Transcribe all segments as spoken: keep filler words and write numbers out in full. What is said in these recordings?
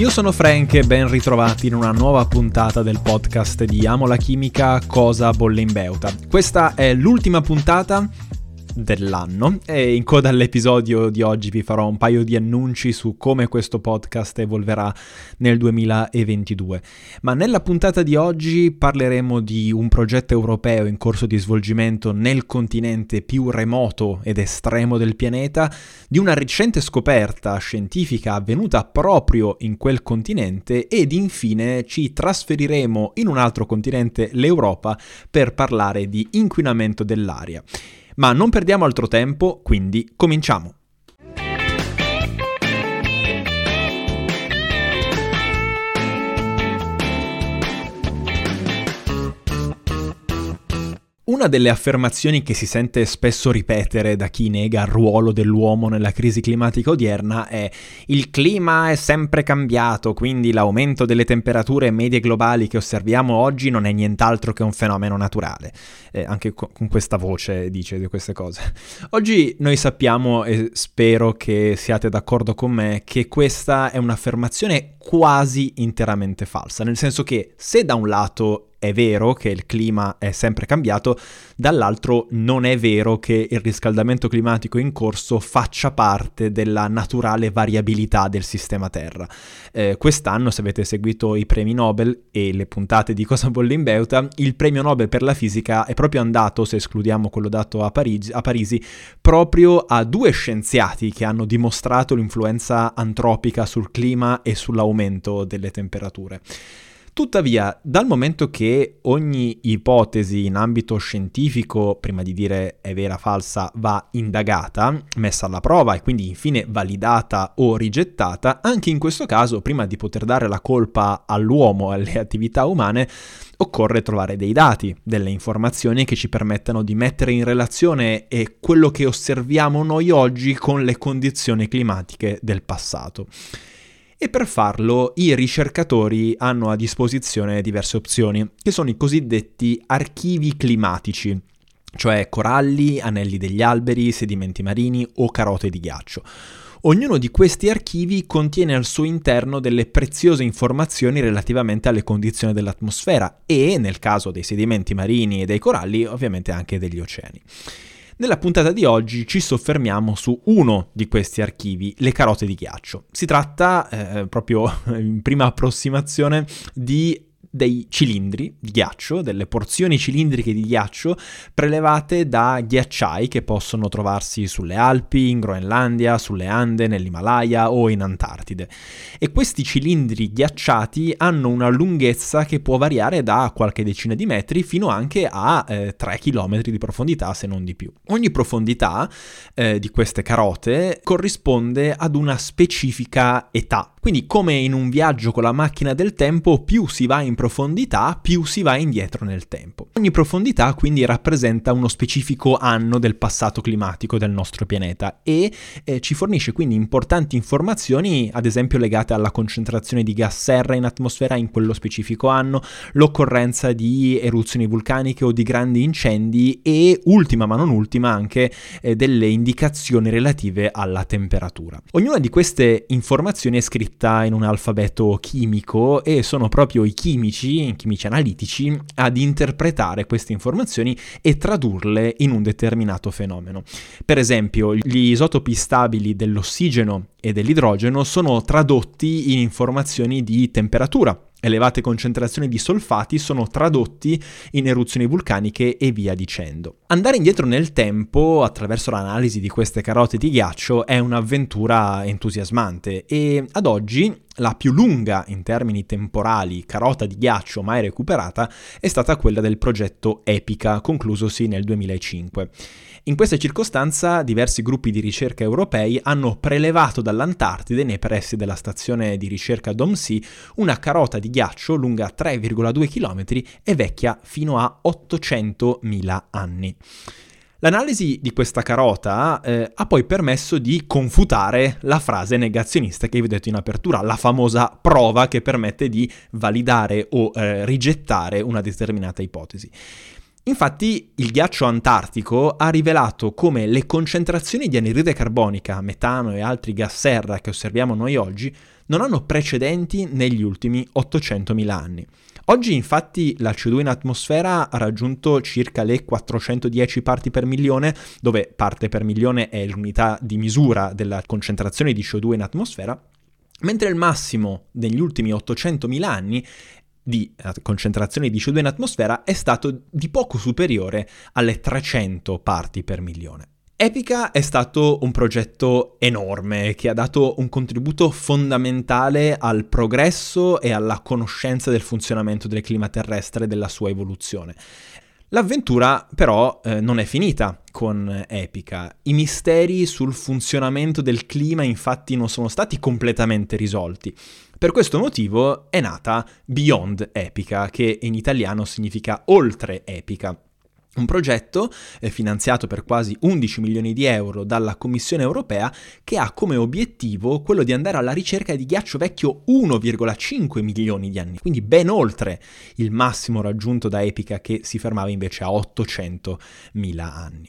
Io sono Frank e ben ritrovati in una nuova puntata del podcast di Amo la Chimica, Cosa bolle in Beuta. Questa è l'ultima puntata dell'anno e in coda all'episodio di oggi vi farò un paio di annunci su come questo podcast evolverà nel duemilaventidue. Ma nella puntata di oggi parleremo di un progetto europeo in corso di svolgimento nel continente più remoto ed estremo del pianeta, di una recente scoperta scientifica avvenuta proprio in quel continente ed infine ci trasferiremo in un altro continente, l'Europa, per parlare di inquinamento dell'aria. Ma non perdiamo altro tempo, quindi cominciamo! Una delle affermazioni che si sente spesso ripetere da chi nega il ruolo dell'uomo nella crisi climatica odierna è: il clima è sempre cambiato, quindi l'aumento delle temperature medie globali che osserviamo oggi non è nient'altro che un fenomeno naturale. Eh, anche co- con questa voce dice di queste cose. Oggi noi sappiamo, e spero che siate d'accordo con me, che questa è un'affermazione quasi interamente falsa, nel senso che se da un lato è vero che il clima è sempre cambiato, dall'altro non è vero che il riscaldamento climatico in corso faccia parte della naturale variabilità del sistema Terra. Eh, quest'anno, se avete seguito i premi Nobel e le puntate di Cosa bolle in Beuta, il premio Nobel per la fisica è proprio andato, se escludiamo quello dato a Parigi, a Parisi, proprio a due scienziati che hanno dimostrato l'influenza antropica sul clima e sull'aumento delle temperature. Tuttavia, dal momento che ogni ipotesi in ambito scientifico, prima di dire è vera o falsa, va indagata, messa alla prova e quindi infine validata o rigettata, anche in questo caso, prima di poter dare la colpa all'uomo e alle attività umane, occorre trovare dei dati, delle informazioni che ci permettano di mettere in relazione eh, quello che osserviamo noi oggi con le condizioni climatiche del passato. E per farlo i ricercatori hanno a disposizione diverse opzioni, che sono i cosiddetti archivi climatici, cioè coralli, anelli degli alberi, sedimenti marini o carote di ghiaccio. Ognuno di questi archivi contiene al suo interno delle preziose informazioni relativamente alle condizioni dell'atmosfera e, nel caso dei sedimenti marini e dei coralli, ovviamente anche degli oceani. Nella puntata di oggi ci soffermiamo su uno di questi archivi, le carote di ghiaccio. Si tratta, eh, proprio in prima approssimazione, di dei cilindri di ghiaccio, delle porzioni cilindriche di ghiaccio prelevate da ghiacciai che possono trovarsi sulle Alpi, in Groenlandia, sulle Ande, nell'Himalaya o in Antartide. E questi cilindri ghiacciati hanno una lunghezza che può variare da qualche decina di metri fino anche a eh, tre chilometri di profondità, se non di più. Ogni profondità eh, di queste carote corrisponde ad una specifica età. Quindi, come in un viaggio con la macchina del tempo, più si va in profondità, più si va indietro nel tempo. Ogni profondità quindi rappresenta uno specifico anno del passato climatico del nostro pianeta e eh, ci fornisce quindi importanti informazioni, ad esempio legate alla concentrazione di gas serra in atmosfera in quello specifico anno, l'occorrenza di eruzioni vulcaniche o di grandi incendi e, ultima ma non ultima, anche eh, delle indicazioni relative alla temperatura. Ognuna di queste informazioni è scritta in un alfabeto chimico e sono proprio i chimici, i chimici analitici, ad interpretare queste informazioni e tradurle in un determinato fenomeno. Per esempio, gli isotopi stabili dell'ossigeno e dell'idrogeno sono tradotti in informazioni di temperatura. Elevate concentrazioni di solfati sono tradotti in eruzioni vulcaniche e via dicendo. Andare indietro nel tempo attraverso l'analisi di queste carote di ghiaccio è un'avventura entusiasmante e ad oggi la più lunga in termini temporali carota di ghiaccio mai recuperata è stata quella del progetto EPICA, conclusosi nel duemilacinque. In questa circostanza diversi gruppi di ricerca europei hanno prelevato dall'Antartide, nei pressi della stazione di ricerca Domsea, una carota di ghiaccio lunga tre virgola due chilometri e vecchia fino a ottocentomila anni. L'analisi di questa carota eh, ha poi permesso di confutare la frase negazionista che vi ho detto in apertura, la famosa prova che permette di validare o eh, rigettare una determinata ipotesi. Infatti il ghiaccio antartico ha rivelato come le concentrazioni di anidride carbonica, metano e altri gas serra che osserviamo noi oggi non hanno precedenti negli ultimi ottocentomila anni. Oggi infatti la C O due in atmosfera ha raggiunto circa le quattrocentodieci parti per milione, dove parte per milione è l'unità di misura della concentrazione di C O due in atmosfera, mentre il massimo degli ultimi ottocentomila anni di concentrazione di C O due in atmosfera è stato di poco superiore alle trecento parti per milione. Epica è stato un progetto enorme che ha dato un contributo fondamentale al progresso e alla conoscenza del funzionamento del clima terrestre e della sua evoluzione. L'avventura però eh, non è finita con Epica. I misteri sul funzionamento del clima infatti non sono stati completamente risolti. Per questo motivo è nata Beyond Epica, che in italiano significa oltre Epica. Un progetto eh, finanziato per quasi undici milioni di euro dalla Commissione europea che ha come obiettivo quello di andare alla ricerca di ghiaccio vecchio uno virgola cinque milioni di anni, quindi ben oltre il massimo raggiunto da Epica che si fermava invece a ottocentomila anni.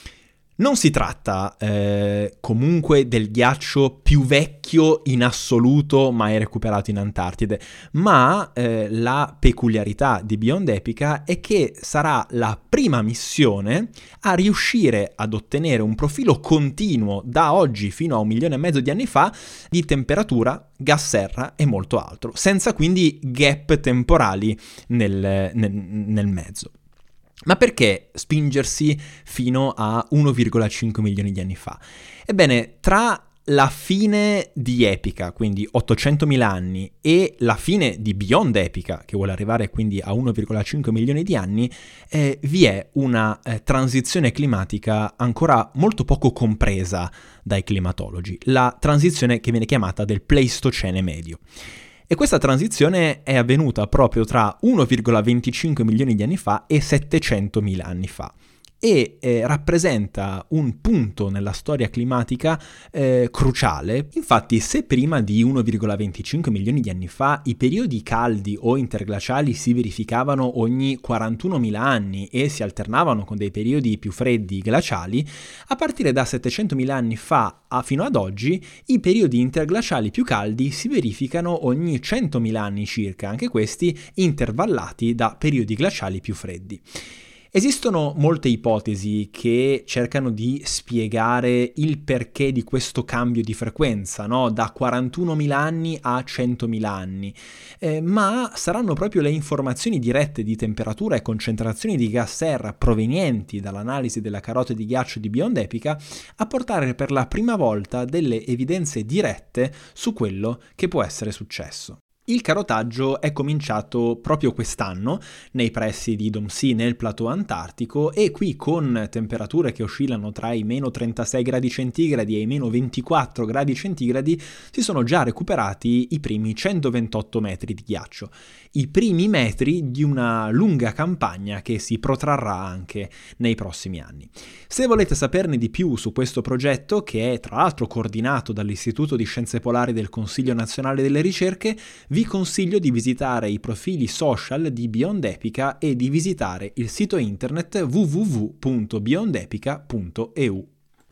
Non si tratta eh, comunque del ghiaccio più vecchio in assoluto mai recuperato in Antartide, ma eh, la peculiarità di Beyond Epica è che sarà la prima missione a riuscire ad ottenere un profilo continuo da oggi fino a un milione e mezzo di anni fa di temperatura, gas serra e molto altro, senza quindi gap temporali nel, nel, nel mezzo. Ma perché spingersi fino a uno virgola cinque milioni di anni fa? Ebbene, tra la fine di Epica, quindi ottocentomila anni, e la fine di Beyond Epica, che vuole arrivare quindi a uno virgola cinque milioni di anni, eh, vi è una eh, transizione climatica ancora molto poco compresa dai climatologi, la transizione che viene chiamata del Pleistocene medio. E questa transizione è avvenuta proprio tra uno virgola venticinque milioni di anni fa e settecentomila anni fa e eh, rappresenta un punto nella storia climatica eh, cruciale. Infatti, se prima di uno virgola venticinque milioni di anni fa i periodi caldi o interglaciali si verificavano ogni quarantunomila anni e si alternavano con dei periodi più freddi glaciali, a partire da settecentomila anni fa a fino ad oggi i periodi interglaciali più caldi si verificano ogni centomila anni circa, anche questi intervallati da periodi glaciali più freddi. Esistono molte ipotesi che cercano di spiegare il perché di questo cambio di frequenza, no? Da quarantunomila anni a centomila anni, eh, ma saranno proprio le informazioni dirette di temperatura e concentrazioni di gas serra provenienti dall'analisi della carota di ghiaccio di Beyond Epica a portare per la prima volta delle evidenze dirette su quello che può essere successo. Il carotaggio è cominciato proprio quest'anno nei pressi di Domsea nel plateau antartico e qui con temperature che oscillano tra i meno trentasei gradi centigradi e i meno ventiquattro gradi centigradi si sono già recuperati i primi centoventotto metri di ghiaccio, i primi metri di una lunga campagna che si protrarrà anche nei prossimi anni. Se volete saperne di più su questo progetto, che è tra l'altro coordinato dall'Istituto di Scienze Polari del Consiglio Nazionale delle Ricerche, vi consiglio di visitare i profili social di Beyond Epica e di visitare il sito internet w w w punto beyond epica punto e u.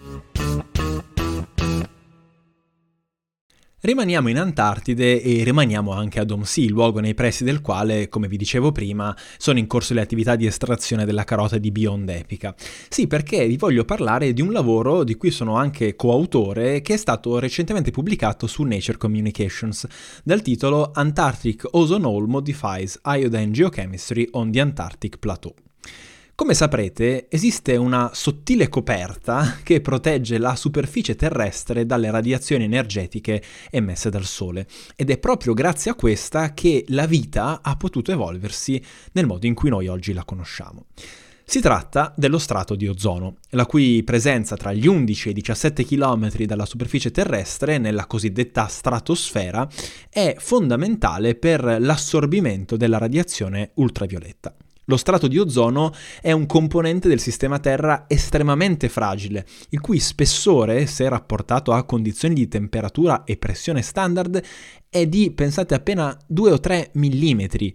Rimaniamo in Antartide e rimaniamo anche a Domsea, luogo nei pressi del quale, come vi dicevo prima, sono in corso le attività di estrazione della carota di Beyond Epica. Sì, perché vi voglio parlare di un lavoro di cui sono anche coautore, che è stato recentemente pubblicato su Nature Communications, dal titolo Antarctic Ozone Hole Modifies Iodine Geochemistry on the Antarctic Plateau. Come saprete, esiste una sottile coperta che protegge la superficie terrestre dalle radiazioni energetiche emesse dal Sole, ed è proprio grazie a questa che la vita ha potuto evolversi nel modo in cui noi oggi la conosciamo. Si tratta dello strato di ozono, la cui presenza tra gli undici e i diciassette chilometri dalla superficie terrestre, nella cosiddetta stratosfera, è fondamentale per l'assorbimento della radiazione ultravioletta. Lo strato di ozono è un componente del sistema Terra estremamente fragile, il cui spessore, se rapportato a condizioni di temperatura e pressione standard, è di, pensate, appena due o tre millimetri.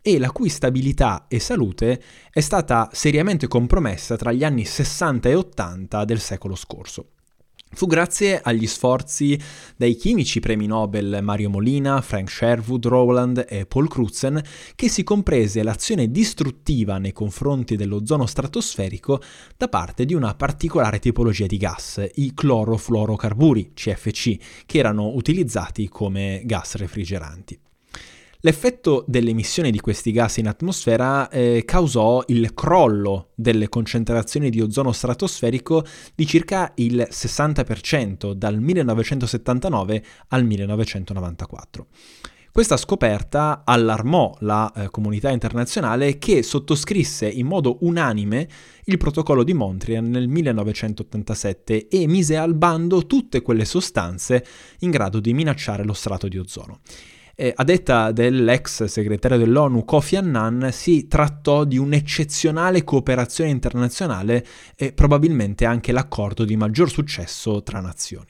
e la cui stabilità e salute è stata seriamente compromessa tra gli anni sessanta e ottanta del secolo scorso. Fu grazie agli sforzi dei chimici premi Nobel Mario Molina, Frank Sherwood Rowland e Paul Crutzen che si comprese l'azione distruttiva nei confronti dell'ozono stratosferico da parte di una particolare tipologia di gas, i clorofluorocarburi, C F C, che erano utilizzati come gas refrigeranti. L'effetto dell'emissione di questi gas in atmosfera eh, causò il crollo delle concentrazioni di ozono stratosferico di circa il sessanta per cento dal millenovecentosettantanove al millenovecentonovantaquattro. Questa scoperta allarmò la eh, comunità internazionale che sottoscrisse in modo unanime il protocollo di Montreal nel millenovecentottantasette e mise al bando tutte quelle sostanze in grado di minacciare lo strato di ozono. Eh, a detta dell'ex segretario dell'ONU Kofi Annan, si trattò di un'eccezionale cooperazione internazionale e probabilmente anche l'accordo di maggior successo tra nazioni.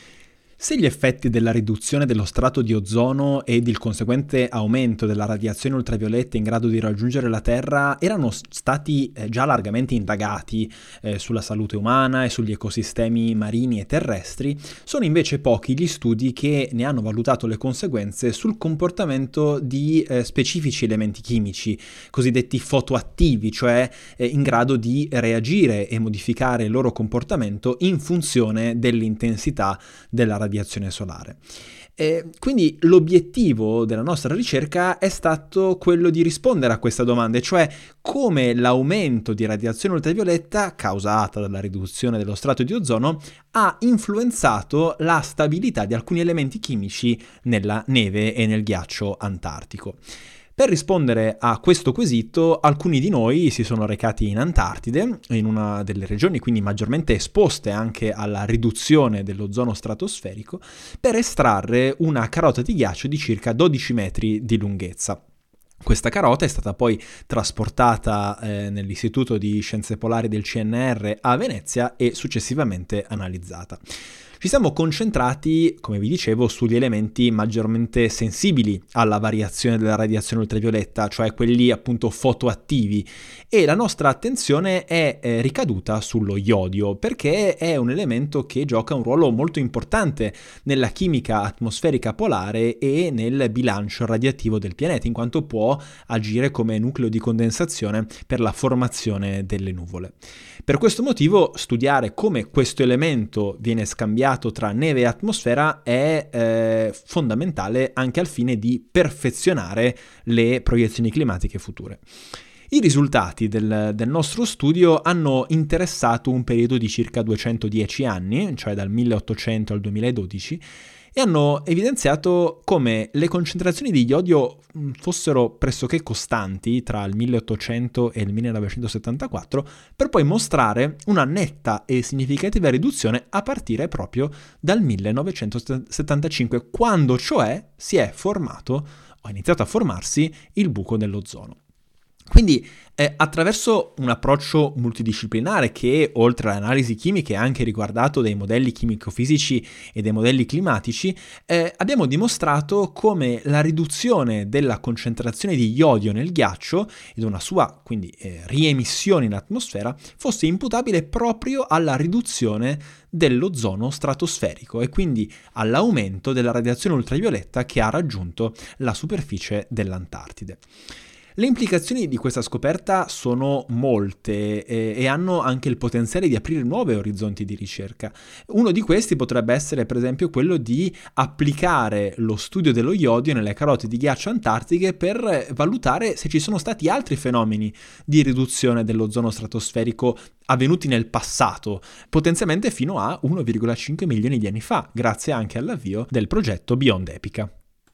Se gli effetti della riduzione dello strato di ozono ed il conseguente aumento della radiazione ultravioletta in grado di raggiungere la Terra erano stati eh, già largamente indagati eh, sulla salute umana e sugli ecosistemi marini e terrestri, sono invece pochi gli studi che ne hanno valutato le conseguenze sul comportamento di eh, specifici elementi chimici, cosiddetti fotoattivi, cioè eh, in grado di reagire e modificare il loro comportamento in funzione dell'intensità della radiazione radiazione solare. E quindi l'obiettivo della nostra ricerca è stato quello di rispondere a questa domanda, cioè come l'aumento di radiazione ultravioletta causata dalla riduzione dello strato di ozono ha influenzato la stabilità di alcuni elementi chimici nella neve e nel ghiaccio antartico. Per rispondere a questo quesito, alcuni di noi si sono recati in Antartide, in una delle regioni quindi maggiormente esposte anche alla riduzione dell'ozono stratosferico, per estrarre una carota di ghiaccio di circa dodici metri di lunghezza. Questa carota è stata poi trasportata eh, nell'Istituto di Scienze Polari del C N R a Venezia e successivamente analizzata. Ci siamo concentrati, come vi dicevo, sugli elementi maggiormente sensibili alla variazione della radiazione ultravioletta, cioè quelli appunto fotoattivi, e la nostra attenzione è eh, ricaduta sullo iodio, perché è un elemento che gioca un ruolo molto importante nella chimica atmosferica polare e nel bilancio radiativo del pianeta, in quanto può agire come nucleo di condensazione per la formazione delle nuvole. Per questo motivo, studiare come questo elemento viene scambiato tra neve e atmosfera è eh, fondamentale anche al fine di perfezionare le proiezioni climatiche future. I risultati del, del nostro studio hanno interessato un periodo di circa duecentodieci anni, cioè dal milleottocento al duemiladodici, e hanno evidenziato come le concentrazioni di iodio fossero pressoché costanti tra il milleottocento e il millenovecentosettantaquattro, per poi mostrare una netta e significativa riduzione a partire proprio dal millenovecentosettantacinque, quando cioè si è formato, o ha iniziato a formarsi, il buco dell'ozono. Quindi eh, attraverso un approccio multidisciplinare che, oltre alle analisi chimiche, ha anche riguardato dei modelli chimico-fisici e dei modelli climatici, eh, abbiamo dimostrato come la riduzione della concentrazione di iodio nel ghiaccio ed una sua quindi eh, riemissione in atmosfera fosse imputabile proprio alla riduzione dell'ozono stratosferico e quindi all'aumento della radiazione ultravioletta che ha raggiunto la superficie dell'Antartide. Le implicazioni di questa scoperta sono molte e, e hanno anche il potenziale di aprire nuovi orizzonti di ricerca. Uno di questi potrebbe essere per esempio quello di applicare lo studio dello iodio nelle carote di ghiaccio antartiche per valutare se ci sono stati altri fenomeni di riduzione dell'ozono stratosferico avvenuti nel passato, potenzialmente fino a uno virgola cinque milioni di anni fa, grazie anche all'avvio del progetto Beyond Epica.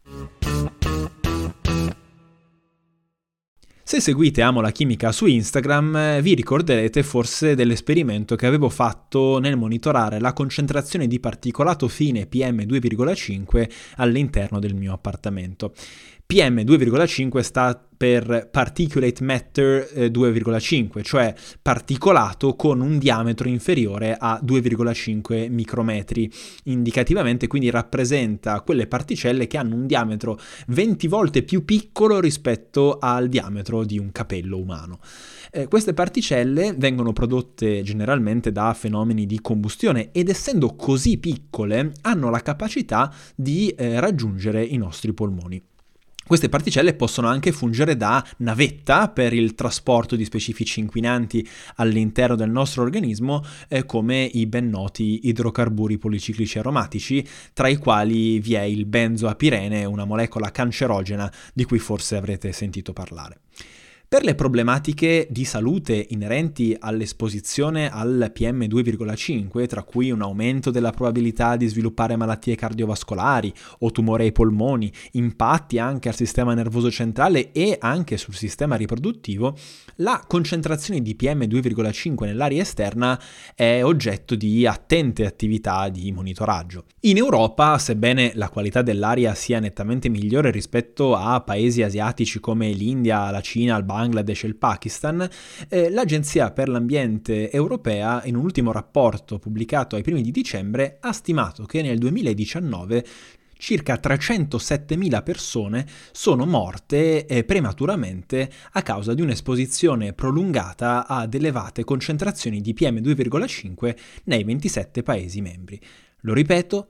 Se seguite Amo la Chimica su Instagram, vi ricorderete forse dell'esperimento che avevo fatto nel monitorare la concentrazione di particolato fine P M due virgola cinque all'interno del mio appartamento. P M due virgola cinque sta per particulate matter eh, due virgola cinque, cioè particolato con un diametro inferiore a due virgola cinque micrometri indicativamente, quindi rappresenta quelle particelle che hanno un diametro venti volte più piccolo rispetto al diametro di un capello umano. Eh, queste particelle vengono prodotte generalmente da fenomeni di combustione ed essendo così piccole hanno la capacità di eh, raggiungere i nostri polmoni. Queste particelle possono anche fungere da navetta per il trasporto di specifici inquinanti all'interno del nostro organismo, eh, come i ben noti idrocarburi policiclici aromatici, tra i quali vi è il benzoapirene, una molecola cancerogena di cui forse avrete sentito parlare. Per le problematiche di salute inerenti all'esposizione al P M due virgola cinque, tra cui un aumento della probabilità di sviluppare malattie cardiovascolari o tumore ai polmoni, impatti anche al sistema nervoso centrale e anche sul sistema riproduttivo, la concentrazione di P M due virgola cinque nell'aria esterna è oggetto di attente attività di monitoraggio. In Europa, sebbene la qualità dell'aria sia nettamente migliore rispetto a paesi asiatici come l'India, la Cina, il Bangladesh e il Pakistan, eh, l'Agenzia per l'Ambiente europea, in un ultimo rapporto pubblicato ai primi di dicembre, ha stimato che nel duemiladiciannove circa trecentosettemila persone sono morte eh, prematuramente a causa di un'esposizione prolungata ad elevate concentrazioni di P M due virgola cinque nei ventisette Paesi membri. Lo ripeto,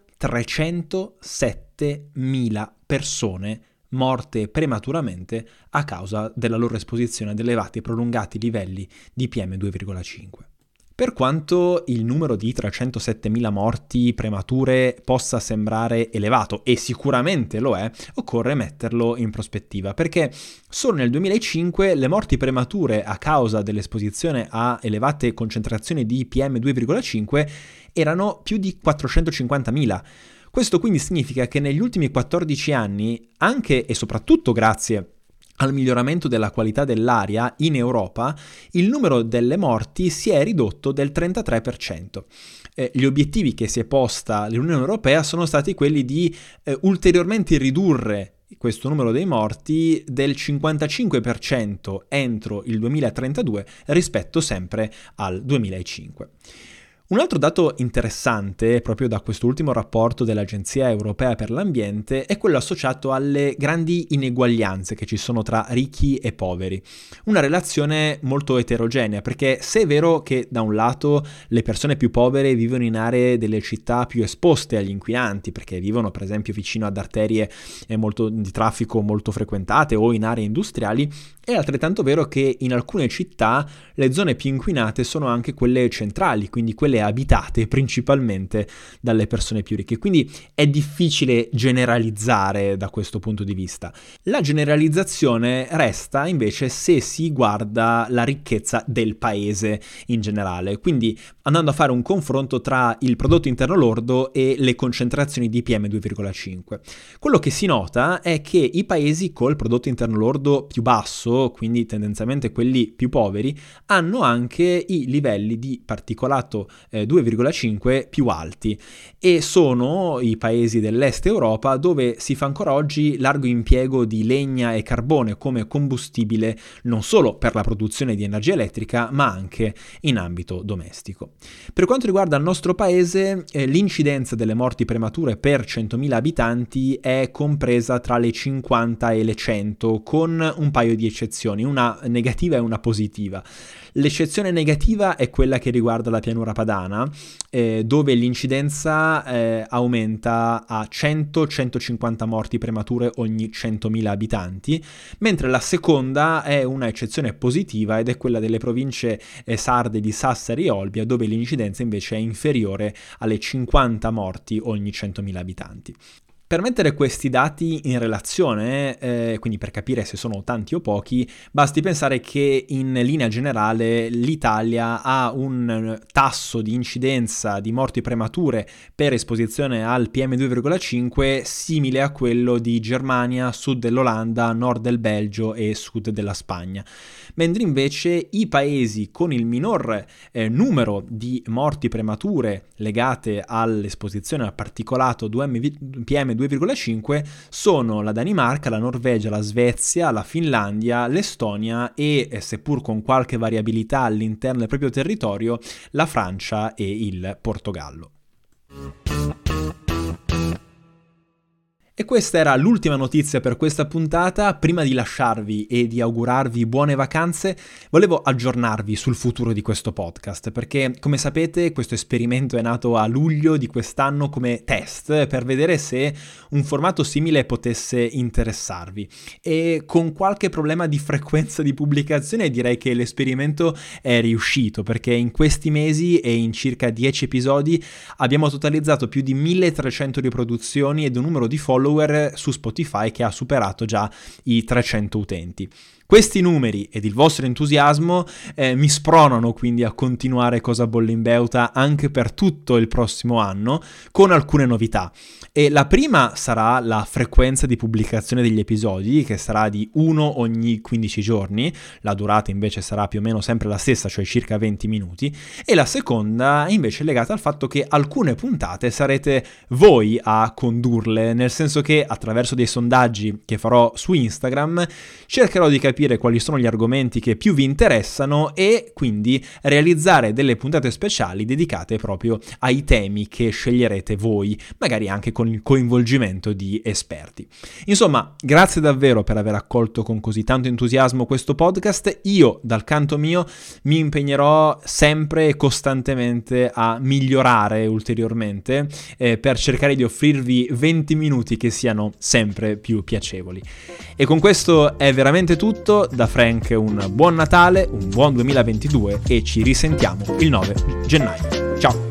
trecentosettemila persone morte prematuramente a causa della loro esposizione ad elevati e prolungati livelli di P M due virgola cinque. Per quanto il numero di trecentosettemila morti premature possa sembrare elevato, e sicuramente lo è, occorre metterlo in prospettiva, perché solo nel duemilacinque le morti premature a causa dell'esposizione a elevate concentrazioni di P M due virgola cinque erano più di quattrocentocinquantamila. Questo quindi significa che negli ultimi quattordici anni, anche e soprattutto grazie al miglioramento della qualità dell'aria in Europa, il numero delle morti si è ridotto del trentatré per cento. Eh, gli obiettivi che si è posta l'Unione Europea sono stati quelli di eh, ulteriormente ridurre questo numero dei morti del cinquantacinque per cento entro il duemilatrentadue rispetto sempre al duemilacinque. Un altro dato interessante, proprio da quest'ultimo rapporto dell'Agenzia Europea per l'Ambiente, è quello associato alle grandi ineguaglianze che ci sono tra ricchi e poveri. Una relazione molto eterogenea, perché se è vero che da un lato le persone più povere vivono in aree delle città più esposte agli inquinanti, perché vivono per esempio vicino ad arterie molto, di traffico molto frequentate o in aree industriali, è altrettanto vero che in alcune città le zone più inquinate sono anche quelle centrali, quindi quelle abitate principalmente dalle persone più ricche. Quindi è difficile generalizzare da questo punto di vista. La generalizzazione resta invece se si guarda la ricchezza del paese in generale, quindi andando a fare un confronto tra il prodotto interno lordo e le concentrazioni di P M due virgola cinque. Quello che si nota è che i paesi col prodotto interno lordo più basso, quindi tendenzialmente quelli più poveri, hanno anche i livelli di particolato eh, due virgola cinque più alti, e sono i paesi dell'est Europa dove si fa ancora oggi largo impiego di legna e carbone come combustibile non solo per la produzione di energia elettrica ma anche in ambito domestico. Per quanto riguarda il nostro paese, eh, l'incidenza delle morti premature per centomila abitanti è compresa tra le cinquanta e le cento, con un paio di eccezioni, una negativa e una positiva. L'eccezione negativa è quella che riguarda la pianura padana, eh, dove l'incidenza eh, aumenta a cento centocinquanta morti premature ogni centomila abitanti, mentre la seconda è una eccezione positiva ed è quella delle province eh, sarde di Sassari e Olbia, dove l'incidenza invece è inferiore alle cinquanta morti ogni centomila abitanti. Per mettere questi dati in relazione, eh, quindi per capire se sono tanti o pochi, basti pensare che in linea generale l'Italia ha un tasso di incidenza di morti premature per esposizione al P M due virgola cinque simile a quello di Germania, sud dell'Olanda, nord del Belgio e sud della Spagna. Mentre invece i paesi con il minor eh, numero di morti premature legate all'esposizione al particolato P M due virgola cinque sono la Danimarca, la Norvegia, la Svezia, la Finlandia, l'Estonia e, seppur con qualche variabilità all'interno del proprio territorio, la Francia e il Portogallo. E questa era l'ultima notizia per questa puntata. Prima di lasciarvi e di augurarvi buone vacanze, volevo aggiornarvi sul futuro di questo podcast, perché come sapete questo esperimento è nato a luglio di quest'anno come test per vedere se un formato simile potesse interessarvi, e con qualche problema di frequenza di pubblicazione direi che l'esperimento è riuscito, perché in questi mesi e in circa dieci episodi abbiamo totalizzato più di milletrecento riproduzioni ed un numero di follower su Spotify che ha superato già i trecento utenti. Questi numeri ed il vostro entusiasmo eh, mi spronano quindi a continuare Cosa Bolle in Beuta anche per tutto il prossimo anno, con alcune novità. E la prima sarà la frequenza di pubblicazione degli episodi, che sarà di uno ogni quindici giorni, la durata invece sarà più o meno sempre la stessa, cioè circa venti minuti, e la seconda è invece legata al fatto che alcune puntate sarete voi a condurle, nel senso che attraverso dei sondaggi che farò su Instagram cercherò di capire quali sono gli argomenti che più vi interessano e quindi realizzare delle puntate speciali dedicate proprio ai temi che sceglierete voi, magari anche con il coinvolgimento di esperti. Insomma, grazie davvero per aver accolto con così tanto entusiasmo questo podcast. Io, dal canto mio, mi impegnerò sempre e costantemente a migliorare ulteriormente eh, per cercare di offrirvi venti minuti che siano sempre più piacevoli. E con questo è veramente tutto. Da Frank un buon Natale, un buon duemilaventidue e ci risentiamo il nove gennaio. Ciao!